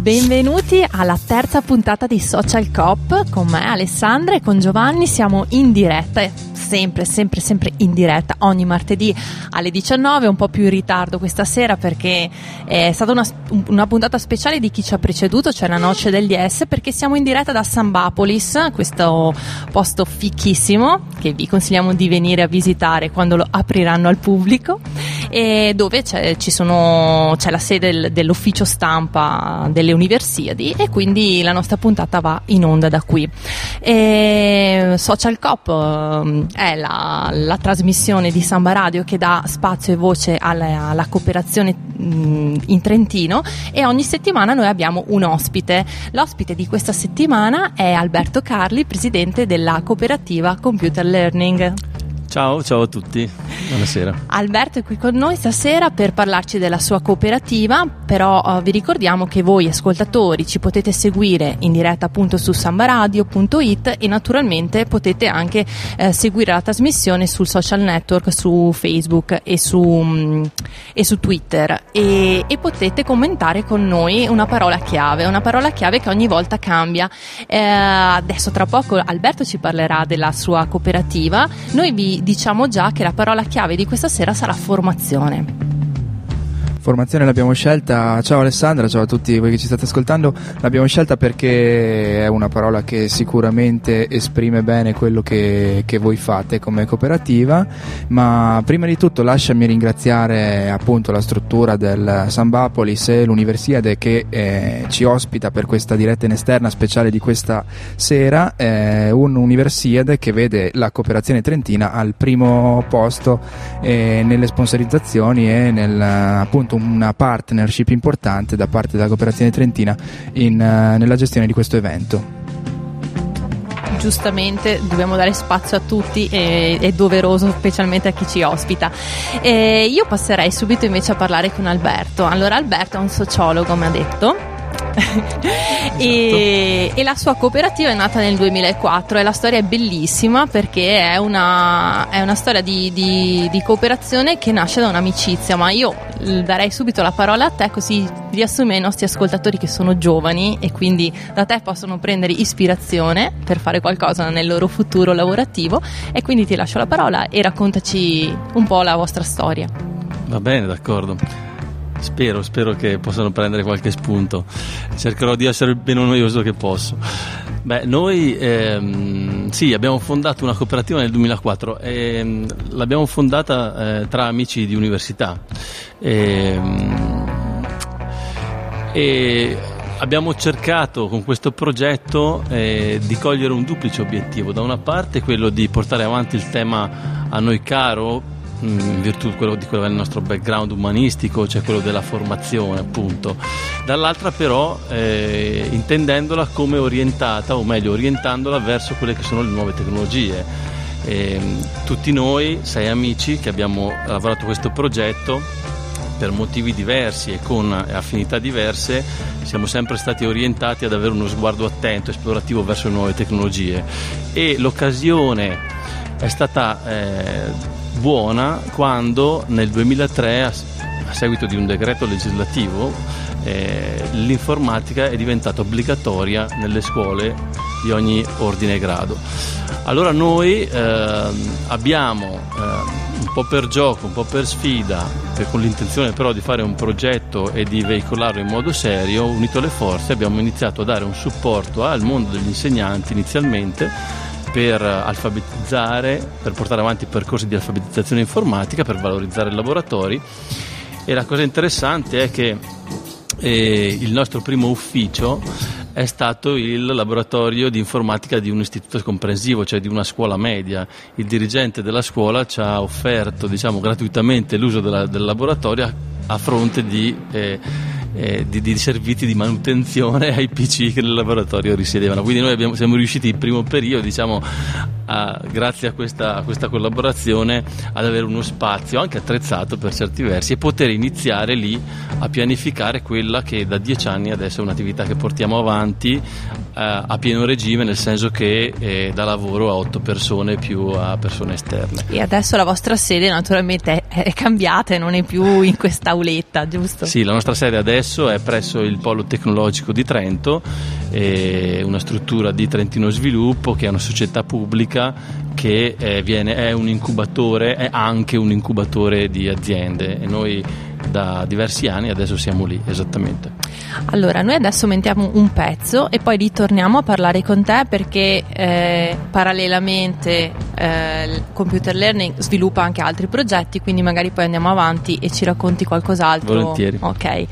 Benvenuti alla terza puntata di Social Coop con me Alessandra e con Giovanni. Siamo in diretta, sempre in diretta ogni martedì alle 19, un po' più in ritardo questa sera perché è stata una puntata speciale di chi ci ha preceduto, cioè la Noce del DS, perché siamo in diretta da Sambapolis, questo posto fichissimo che vi consigliamo di venire a visitare quando lo apriranno al pubblico, e dove c'è la sede dell'ufficio stampa delle Universiadi, e quindi la nostra puntata va in onda da qui. Social Coop è la trasmissione di Samba Radio che dà spazio e voce alla cooperazione in Trentino, e ogni settimana noi abbiamo un ospite. L'ospite di questa settimana è Alberto Carli, presidente della cooperativa Computer Learning. Ciao a tutti, buonasera. Alberto è qui con noi stasera per parlarci della sua cooperativa, però vi ricordiamo che voi ascoltatori ci potete seguire in diretta appunto su sambaradio.it, e naturalmente potete anche seguire la trasmissione sul social network, su Facebook e su Twitter, e potete commentare con noi una parola chiave che ogni volta cambia. Adesso tra poco Alberto ci parlerà della sua cooperativa. Noi vi diciamo già che la parola chiave di questa sera sarà formazione. Formazione l'abbiamo scelta, ciao Alessandra, ciao a tutti voi che ci state ascoltando, l'abbiamo scelta perché è una parola che sicuramente esprime bene quello che voi fate come cooperativa, ma prima di tutto lasciami ringraziare appunto la struttura del Sambapolis e l'Universiade che ci ospita per questa diretta in esterna speciale di questa sera, un'Universiade che vede la cooperazione trentina al primo posto nelle sponsorizzazioni e appunto una partnership importante da parte della cooperazione trentina nella gestione di questo evento. Giustamente dobbiamo dare spazio a tutti, è doveroso, specialmente a chi ci ospita. Io passerei subito invece a parlare con Alberto. Allora, Alberto è un sociologo, mi ha detto. Esatto. E la sua cooperativa è nata nel 2004 e la storia è bellissima perché è una storia di cooperazione che nasce da un'amicizia, ma io darei subito la parola a te, così riassumi ai nostri ascoltatori che sono giovani e quindi da te possono prendere ispirazione per fare qualcosa nel loro futuro lavorativo, e quindi ti lascio la parola e raccontaci un po' la vostra storia. Va bene, d'accordo. Spero che possano prendere qualche spunto. Cercherò di essere il meno noioso che posso. Noi abbiamo fondato una cooperativa nel 2004 e l'abbiamo fondata tra amici di università e abbiamo cercato con questo progetto di cogliere un duplice obiettivo: da una parte quello di portare avanti il tema a noi caro, in virtù di quello che è il nostro background umanistico, cioè quello della formazione appunto, dall'altra però intendendola come orientata, o meglio orientandola verso quelle che sono le nuove tecnologie. Tutti noi 6 amici che abbiamo lavorato a questo progetto per motivi diversi e con affinità diverse siamo sempre stati orientati ad avere uno sguardo attento, esplorativo verso le nuove tecnologie, e l'occasione è stata buona quando nel 2003 a seguito di un decreto legislativo l'informatica è diventata obbligatoria nelle scuole di ogni ordine e grado. Allora noi abbiamo un po' per gioco, un po' per sfida, con l'intenzione però di fare un progetto e di veicolarlo in modo serio, unito le forze abbiamo iniziato a dare un supporto al mondo degli insegnanti inizialmente, per alfabetizzare, per portare avanti percorsi di alfabetizzazione informatica, per valorizzare i laboratori. E la cosa interessante è che il nostro primo ufficio è stato il laboratorio di informatica di un istituto comprensivo, cioè di una scuola media. Il dirigente della scuola ci ha offerto, gratuitamente l'uso del laboratorio a fronte di servizi di manutenzione ai PC che nel laboratorio risiedevano. Quindi noi siamo riusciti il primo periodo, grazie a questa collaborazione, ad avere uno spazio anche attrezzato per certi versi e poter iniziare lì a pianificare quella che da 10 anni adesso è un'attività che portiamo avanti a pieno regime, nel senso che dà lavoro a 8 persone più a persone esterne. E adesso la vostra sede naturalmente è cambiata e non è più in quest'auletta, giusto? Sì, la nostra sede adesso è presso il Polo Tecnologico di Trento, una struttura di Trentino Sviluppo, che è una società pubblica che è un incubatore, è anche un incubatore di aziende, e noi da diversi anni adesso siamo lì, esattamente. Allora, noi adesso mettiamo un pezzo e poi ritorniamo a parlare con te, perché parallelamente il computer learning sviluppa anche altri progetti, quindi magari poi andiamo avanti e ci racconti qualcos'altro. Volentieri. Ok.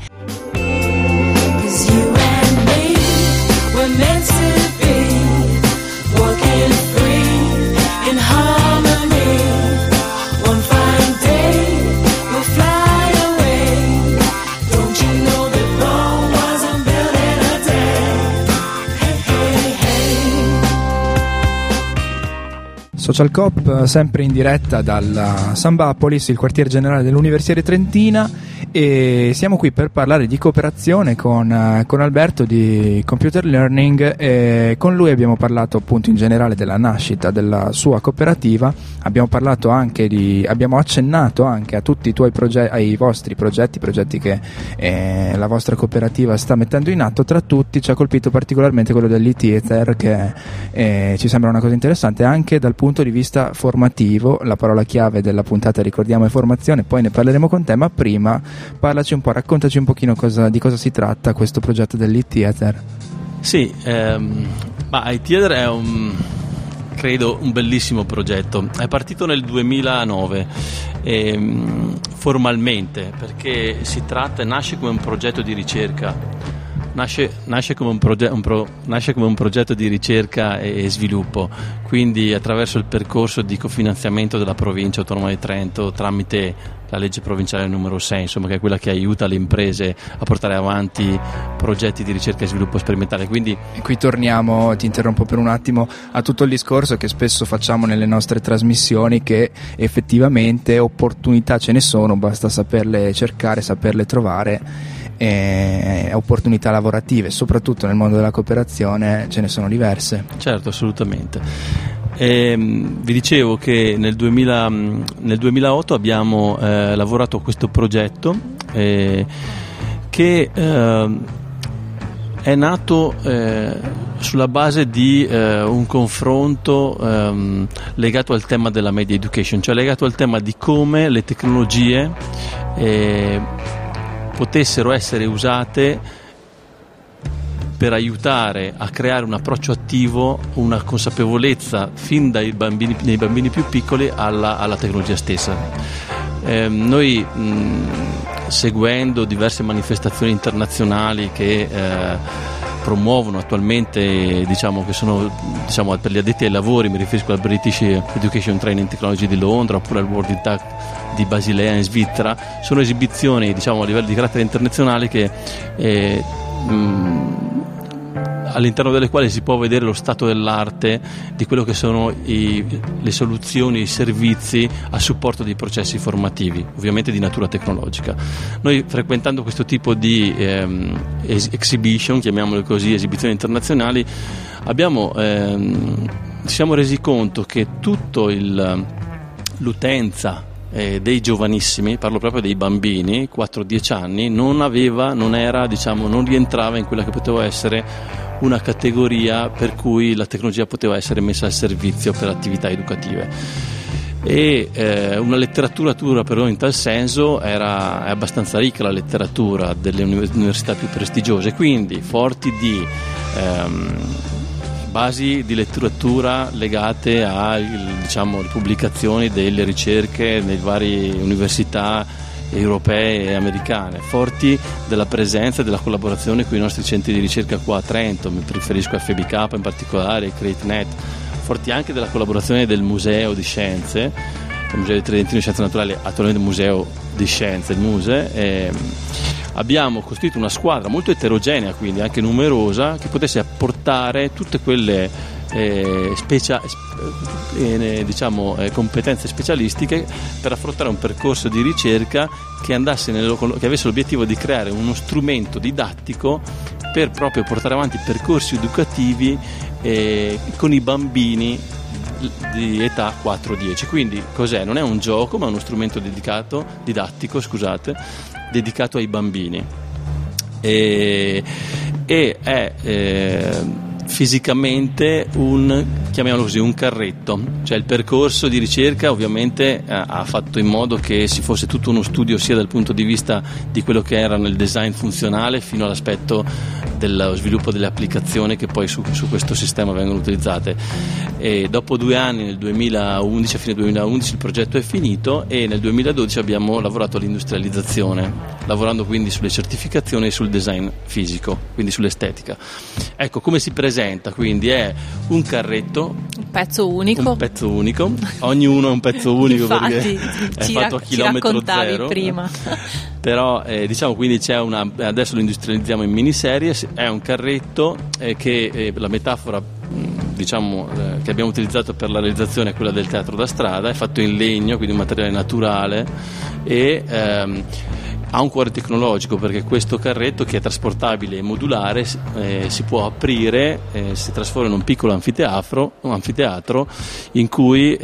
Social Coop, sempre in diretta dalla Sambapolis, il quartier generale dell'Università Trentina, e siamo qui per parlare di cooperazione con Alberto di Computer Learning, e con lui abbiamo parlato appunto in generale della nascita della sua cooperativa, abbiamo accennato anche a tutti i tuoi ai vostri progetti che la vostra cooperativa sta mettendo in atto. Tra tutti ci ha colpito particolarmente quello dell'e-Theater, che ci sembra una cosa interessante anche dal punto di vista formativo. La parola chiave della puntata, ricordiamo, è formazione, poi ne parleremo con te, ma prima raccontaci un pochino di cosa si tratta questo progetto dell'e-Theater. Sì, e-Theater è credo un bellissimo progetto. È partito nel 2009 formalmente, perché nasce come un progetto di ricerca. Nasce come un progetto di ricerca e sviluppo, quindi attraverso il percorso di cofinanziamento della provincia autonoma di Trento tramite la legge provinciale numero 6, insomma, che è quella che aiuta le imprese a portare avanti progetti di ricerca e sviluppo sperimentale. Quindi e qui torniamo, ti interrompo per un attimo, a tutto il discorso che spesso facciamo nelle nostre trasmissioni, che effettivamente opportunità ce ne sono, basta saperle cercare, saperle trovare. Opportunità lavorative, soprattutto nel mondo della cooperazione, ce ne sono diverse. Certo, assolutamente. Vi dicevo che nel 2008 abbiamo lavorato a questo progetto che è nato sulla base di un confronto legato al tema della media education, cioè legato al tema di come le tecnologie potessero essere usate per aiutare a creare un approccio attivo, una consapevolezza fin nei bambini più piccoli alla tecnologia stessa. Noi seguendo diverse manifestazioni internazionali che promuovono attualmente, che sono per gli addetti ai lavori, mi riferisco al British Education Training Technology di Londra oppure al World Impact di Basilea in Svizzera, sono esibizioni a livello di carattere internazionale che all'interno delle quali si può vedere lo stato dell'arte di quello che sono le soluzioni, i servizi a supporto dei processi formativi, ovviamente di natura tecnologica. Noi, frequentando questo tipo di exhibition, chiamiamole così, esibizioni internazionali, ci siamo resi conto che l'utenza dei giovanissimi, parlo proprio dei bambini 4-10 anni, non rientrava in quella che poteva essere una categoria per cui la tecnologia poteva essere messa al servizio per attività educative. E una letteratura per noi in tal senso è abbastanza ricca, la letteratura delle università più prestigiose, quindi forti di basi di letteratura legate alle pubblicazioni delle ricerche nelle varie università europee e americane, forti della presenza e della collaborazione con i nostri centri di ricerca qua a Trento, mi riferisco a FBK in particolare, CreateNet, forti anche della collaborazione del Museo di Scienze, il Museo di Trentino di Scienze Naturali, attualmente Museo di Scienze, il MUSE. Abbiamo costruito una squadra molto eterogenea, quindi anche numerosa, che potesse apportare tutte quelle competenze specialistiche per affrontare un percorso di ricerca che avesse l'obiettivo di creare uno strumento didattico per proprio portare avanti percorsi educativi con i bambini di età 4-10. Quindi cos'è? Non è un gioco, ma uno strumento didattico, dedicato ai bambini, e è fisicamente chiamiamolo così, un carretto. Cioè il percorso di ricerca ovviamente ha fatto in modo che si fosse tutto uno studio sia dal punto di vista di quello che era nel design funzionale fino all'aspetto dello sviluppo delle applicazioni che poi su questo sistema vengono utilizzate. E dopo 2 anni, nel 2011, a fine 2011, il progetto è finito e nel 2012 abbiamo lavorato all'industrializzazione, lavorando quindi sulle certificazioni e sul design fisico, quindi sull'estetica. Ecco come si presenta, quindi è un carretto, un pezzo unico, ognuno è un pezzo unico. Infatti, perché è fatto a chilometro zero prima. Però diciamo, quindi adesso lo industrializziamo in miniserie, è un carretto che la metafora diciamo che abbiamo utilizzato per la realizzazione è quella del teatro da strada, è fatto in legno, quindi un materiale naturale, e ha un cuore tecnologico, perché questo carretto, che è trasportabile e modulare, si può aprire, si trasforma in un piccolo anfiteatro in cui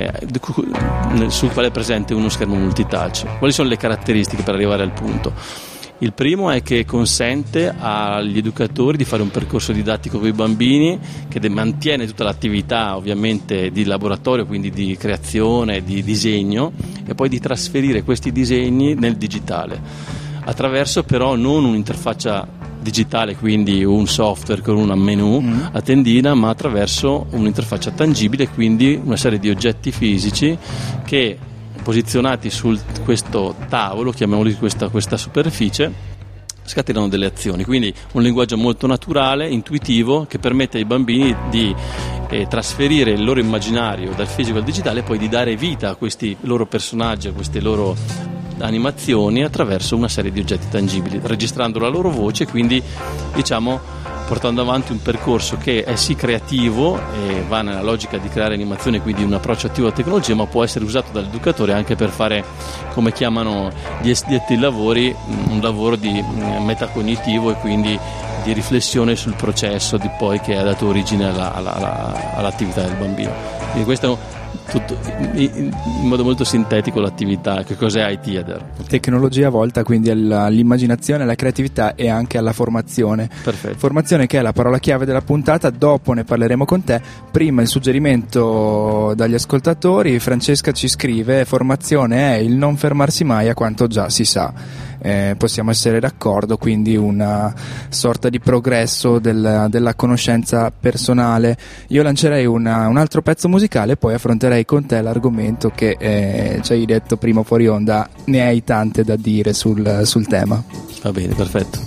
sul quale è presente uno schermo multitouch. Quali sono le caratteristiche per arrivare al punto? Il primo è che consente agli educatori di fare un percorso didattico con i bambini che mantiene tutta l'attività ovviamente di laboratorio, quindi di creazione, di disegno, e poi di trasferire questi disegni nel digitale attraverso però non un'interfaccia digitale, quindi un software con un menu a tendina, ma attraverso un'interfaccia tangibile, quindi una serie di oggetti fisici che, posizionati su questo tavolo, chiamiamoli questa superficie, scatenano delle azioni. Quindi un linguaggio molto naturale, intuitivo, che permette ai bambini di trasferire il loro immaginario dal fisico al digitale e poi di dare vita a questi loro personaggi, a queste loro animazioni attraverso una serie di oggetti tangibili, registrando la loro voce, quindi diciamo portando avanti un percorso che è sì creativo e va nella logica di creare animazioni, quindi un approccio attivo alla tecnologia, ma può essere usato dall'educatore anche per fare, come chiamano gli addetti ai lavori, un lavoro di metacognitivo e quindi di riflessione sul processo di poi che ha dato origine all'attività del bambino. Quindi questo tutto in modo molto sintetico l'attività. Che cos'è iTheater? Tecnologia volta quindi all'immaginazione, alla creatività e anche alla formazione. Perfetto. Formazione, che è la parola chiave della puntata, dopo ne parleremo con te. Prima il suggerimento dagli ascoltatori. Francesca ci scrive: formazione è il non fermarsi mai a quanto già si sa. Possiamo essere d'accordo, quindi una sorta di progresso della conoscenza personale. Io lancerei un altro pezzo musicale e poi affronterei con te l'argomento che ci hai detto prima fuori onda, ne hai tante da dire sul tema. Va bene, perfetto.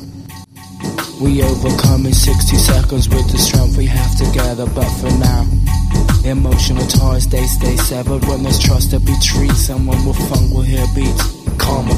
We overcome in 60 seconds with the strength we have together, but for now emotional ties they stay severed. When there's trust there be trees, someone will funk will hear beats. Coma,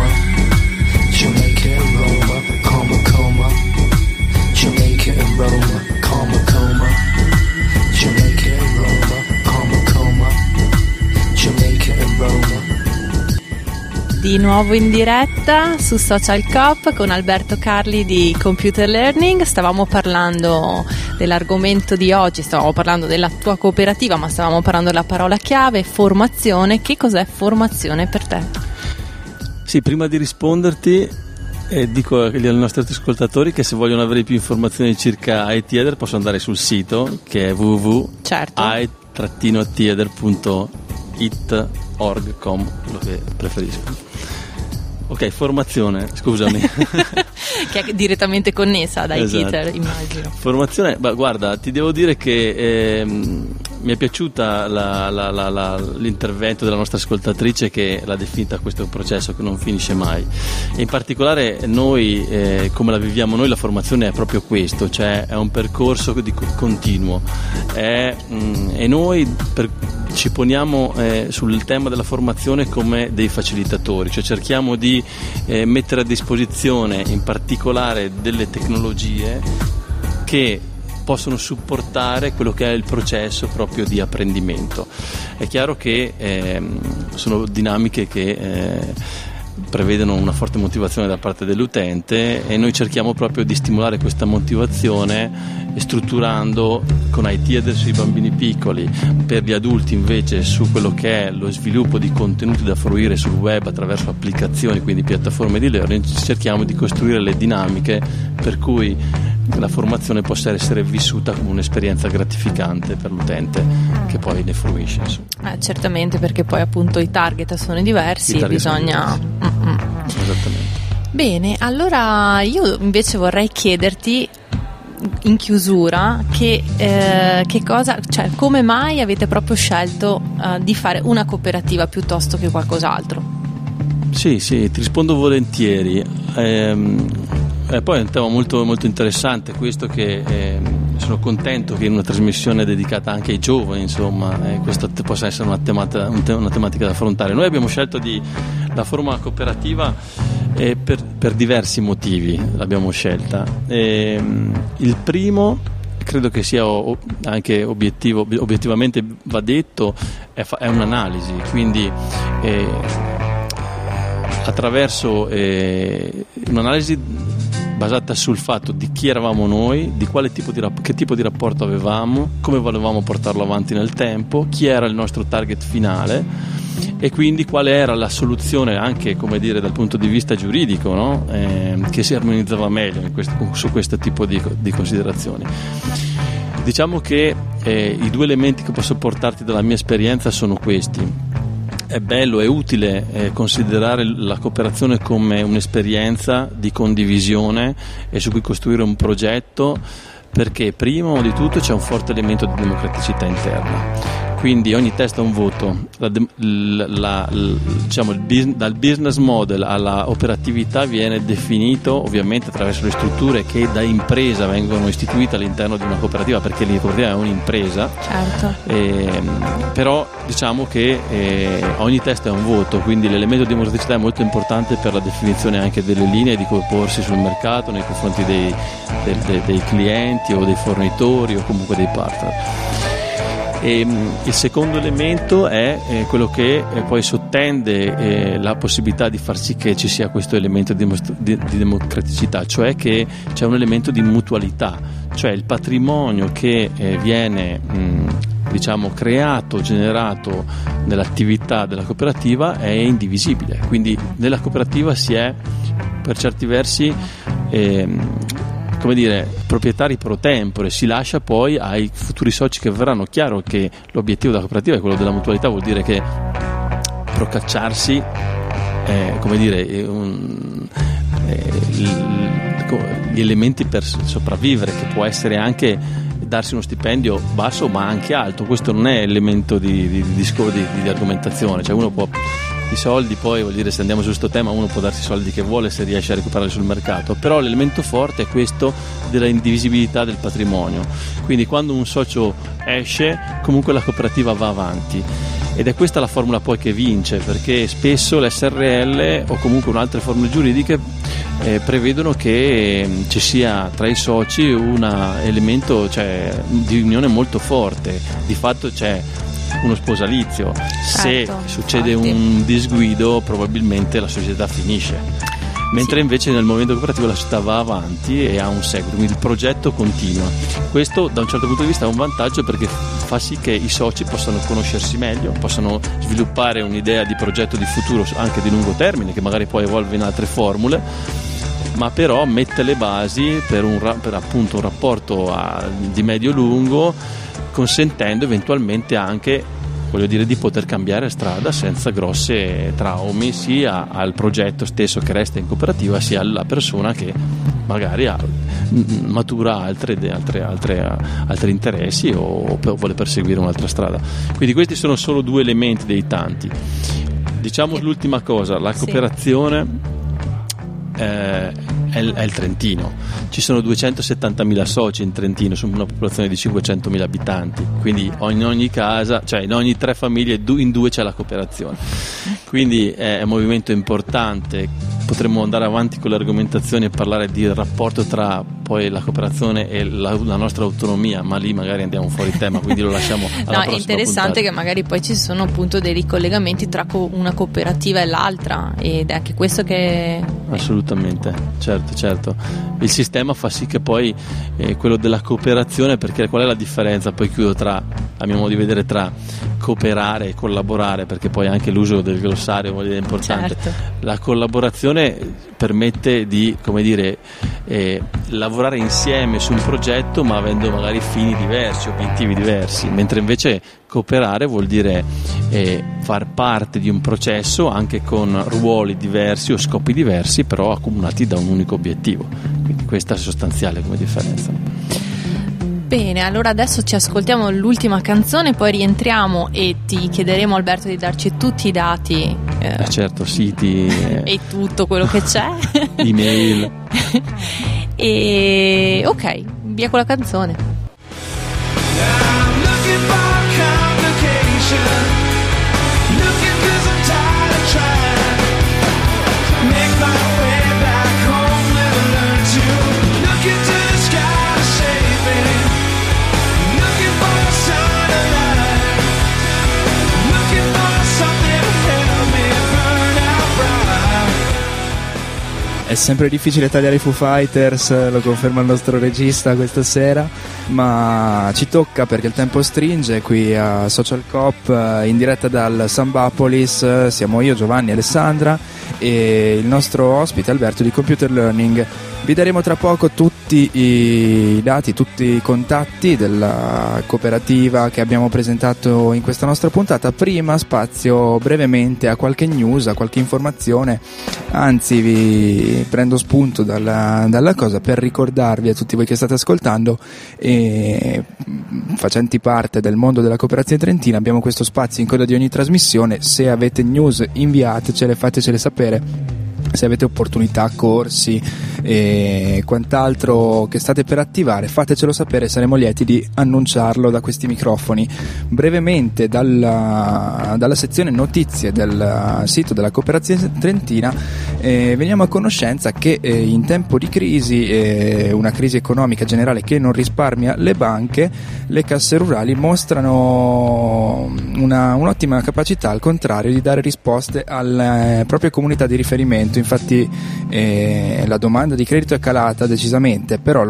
Jamaica and Roma, coma, Jamaica and Roma, coma, Jamaica and Roma, coma, Jamaica and Roma. Di nuovo in diretta su Social Coop con Alberto Carli di Computer Learning. Stavamo parlando dell'argomento di oggi, stavamo parlando della tua cooperativa, ma stavamo parlando della parola chiave, formazione. Che cos'è formazione per te? Sì, prima di risponderti dico ai nostri ascoltatori che se vogliono avere più informazioni circa iTheater possono andare sul sito, che è www.i-theater.it.org.com, quello che preferisco. Ok, formazione, scusami. Che è direttamente connessa ad iTheater, esatto. Immagino. Formazione, guarda, ti devo dire che mi è piaciuta l'intervento della nostra ascoltatrice, che l'ha definita questo processo che non finisce mai. E in particolare noi, come la viviamo noi, la formazione è proprio questo, cioè è un percorso continuo. E noi ci poniamo sul tema della formazione come dei facilitatori, cioè cerchiamo di mettere a disposizione in particolare delle tecnologie che possono supportare quello che è il processo proprio di apprendimento. È chiaro che sono dinamiche che prevedono una forte motivazione da parte dell'utente, e noi cerchiamo proprio di stimolare questa motivazione strutturando con IT adesso i bambini piccoli, per gli adulti invece su quello che è lo sviluppo di contenuti da fruire sul web attraverso applicazioni, quindi piattaforme di learning. Cerchiamo di costruire le dinamiche per cui la formazione possa essere vissuta come un'esperienza gratificante per l'utente che poi ne fruisce. Certamente, perché poi appunto i target sono diversi e bisogna... Esattamente. Bene, allora io invece vorrei chiederti in chiusura che cosa, cioè come mai avete proprio scelto di fare una cooperativa piuttosto che qualcos'altro? Sì, ti rispondo volentieri. Poi è un tema molto, molto interessante questo, che sono contento che in una trasmissione dedicata anche ai giovani, insomma, questa possa essere una tematica da affrontare. Noi abbiamo scelto la forma cooperativa per diversi motivi l'abbiamo scelta. Il primo, credo che sia anche obiettivamente va detto, è un'analisi, quindi attraverso un'analisi basata sul fatto di chi eravamo noi, di che tipo di rapporto avevamo, come volevamo portarlo avanti nel tempo, chi era il nostro target finale e quindi quale era la soluzione anche, come dire, dal punto di vista giuridico, no? Che si armonizzava meglio su questo tipo di considerazioni. Diciamo che i due elementi che posso portarti dalla mia esperienza sono questi. È bello, è utile considerare la cooperazione come un'esperienza di condivisione e su cui costruire un progetto, perché prima di tutto c'è un forte elemento di democraticità interna. Quindi ogni testa ha un voto, diciamo, dal business model alla operatività viene definito ovviamente attraverso le strutture che da impresa vengono istituite all'interno di una cooperativa, perché la cooperativa è un'impresa. Certo. Però diciamo che ogni testa ha un voto, quindi l'elemento di democraticità è molto importante per la definizione anche delle linee di come porsi sul mercato nei confronti dei clienti o dei fornitori o comunque dei partner. E il secondo elemento è quello che poi sottende la possibilità di far sì che ci sia questo elemento di democraticità, cioè che c'è un elemento di mutualità, cioè il patrimonio che viene diciamo creato, generato nell'attività della cooperativa è indivisibile, quindi nella cooperativa si è per certi versi come dire, proprietari pro tempore, si lascia poi ai futuri soci che verranno. Chiaro che l'obiettivo della cooperativa è quello della mutualità, vuol dire che procacciarsi come dire gli elementi per sopravvivere, che può essere anche darsi uno stipendio basso ma anche alto. Questo non è elemento di argomentazione, cioè uno può, i soldi poi, vuol dire, se andiamo su questo tema, uno può darsi i soldi che vuole se riesce a recuperarli sul mercato, però l'elemento forte è questo della indivisibilità del patrimonio. Quindi quando un socio esce, comunque la cooperativa va avanti, ed è questa la formula poi che vince, perché spesso l'SRL o comunque altre formule giuridiche prevedono che ci sia tra i soci un elemento, cioè, di unione molto forte. Di fatto c'è uno sposalizio, se succede un disguido probabilmente la società finisce, mentre invece nel movimento cooperativo la società va avanti e ha un seguito, quindi il progetto continua. Questo da un certo punto di vista è un vantaggio, perché fa sì che i soci possano conoscersi meglio, possano sviluppare un'idea di progetto di futuro anche di lungo termine, che magari poi evolve in altre formule, ma però mette le basi per appunto un rapporto di medio-lungo, consentendo eventualmente anche, voglio dire, di poter cambiare strada senza grosse traumi sia al progetto stesso che resta in cooperativa, sia alla persona che magari matura altri interessi o vuole perseguire un'altra strada. Quindi questi sono solo due elementi dei tanti. Diciamo l'ultima cosa, la cooperazione è il Trentino. Ci sono 270.000 soci in Trentino su una popolazione di 500.000 abitanti, quindi in ogni casa, cioè in ogni 3 famiglie in 2 c'è la cooperazione. quindi è un movimento importante. Potremmo andare avanti con le argomentazioni e parlare del rapporto tra poi la cooperazione e la nostra autonomia, ma lì magari andiamo fuori tema, quindi lo lasciamo alla prossima è interessante puntata. che magari poi ci sono appunto dei ricollegamenti tra una cooperativa e l'altra, ed è anche questo che... Assolutamente, certo. Il sistema fa sì che poi quello della cooperazione, perché qual è la differenza, poi chiudo, a mio modo di vedere, tra cooperare e collaborare, perché poi anche l'uso del glossario è importante. Certo. La collaborazione permette di, come dire, lavorare insieme su un progetto, ma avendo magari fini diversi, obiettivi diversi, mentre invece cooperare vuol dire far parte di un processo anche con ruoli diversi o scopi diversi, però accomunati da un unico obiettivo. Quindi questa è sostanziale come differenza. Bene, allora adesso ci ascoltiamo l'ultima canzone, poi rientriamo e ti chiederemo, Alberto, di darci tutti i dati, certo, siti e tutto quello che c'è, email. E ok, via con la canzone. È sempre difficile tagliare i Foo Fighters, lo conferma il nostro regista questa sera, ma ci tocca perché il tempo stringe qui a Social Coop, in diretta dal Sambapolis. Siamo io, Giovanni e Alessandra, e il nostro ospite Alberto di Computer Learning. Vi daremo tra poco tutti i dati, tutti i contatti della cooperativa che abbiamo presentato in questa nostra puntata. Prima spazio brevemente a qualche news, a qualche informazione, anzi vi prendo spunto dalla cosa per ricordarvi a tutti voi che state ascoltando e facenti parte del mondo della cooperazione trentina, abbiamo questo spazio in coda di ogni trasmissione. Se avete news inviatecele, fatecele sapere. Se avete opportunità, corsi e quant'altro che state per attivare, fatecelo sapere, saremo lieti di annunciarlo da questi microfoni. Brevemente dalla sezione notizie del sito della Cooperazione Trentina veniamo a conoscenza che in tempo di crisi, una crisi economica generale che non risparmia le banche, le casse rurali mostrano un'ottima capacità, al contrario, di dare risposte alle proprie comunità di riferimento. Infatti la domanda di credito è calata decisamente, però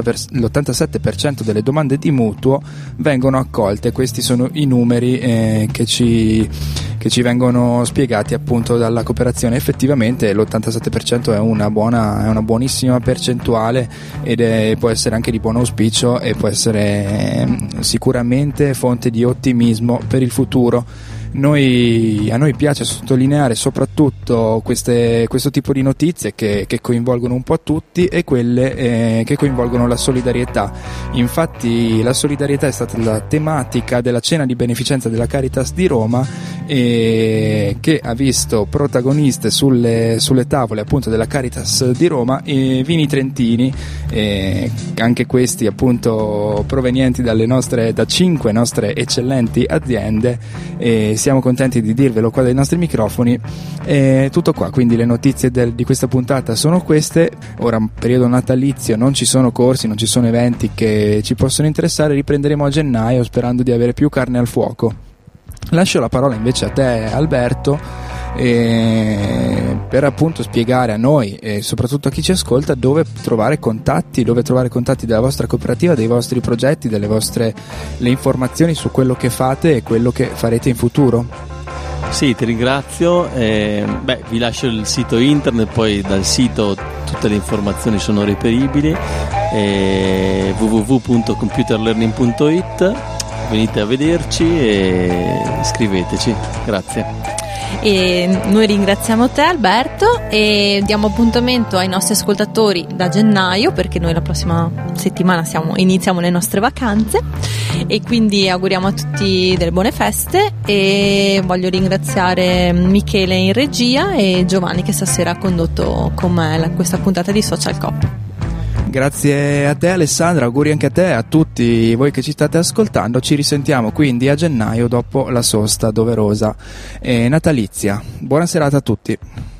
l'87% delle domande di mutuo vengono accolte. Questi sono i numeri che ci vengono spiegati appunto dalla cooperazione. Effettivamente l'87% è una buonissima percentuale ed può essere anche di buon auspicio e può essere sicuramente fonte di ottimismo per il futuro. A noi piace sottolineare soprattutto questo tipo di notizie che coinvolgono un po' tutti e quelle che coinvolgono la solidarietà. Infatti la solidarietà è stata la tematica della cena di beneficenza della Caritas di Roma, che ha visto protagoniste sulle tavole appunto della Caritas di Roma vini trentini, anche questi appunto provenienti da 5 nostre eccellenti aziende. Siamo contenti di dirvelo qua dai nostri microfoni. Tutto qua, quindi le notizie di questa puntata sono queste. Ora, periodo natalizio, non ci sono corsi, non ci sono eventi che ci possono interessare, riprenderemo a gennaio sperando di avere più carne al fuoco. Lascio la parola invece a te, Alberto, per appunto spiegare a noi e soprattutto a chi ci ascolta dove trovare contatti della vostra cooperativa, dei vostri progetti, le informazioni su quello che fate e quello che farete in futuro. Sì, ti ringrazio. Vi lascio il sito internet, poi dal sito tutte le informazioni sono reperibili, www.computerlearning.it. venite a vederci e scriveteci. Grazie. E noi ringraziamo te, Alberto, e diamo appuntamento ai nostri ascoltatori da gennaio, perché noi la prossima settimana iniziamo le nostre vacanze, e quindi auguriamo a tutti delle buone feste. E voglio ringraziare Michele in regia e Giovanni che stasera ha condotto con me questa puntata di Social Coop. Grazie a te Alessandra, auguri anche a te, a tutti voi che ci state ascoltando. Ci risentiamo quindi a gennaio dopo la sosta doverosa e natalizia. Buona serata a tutti.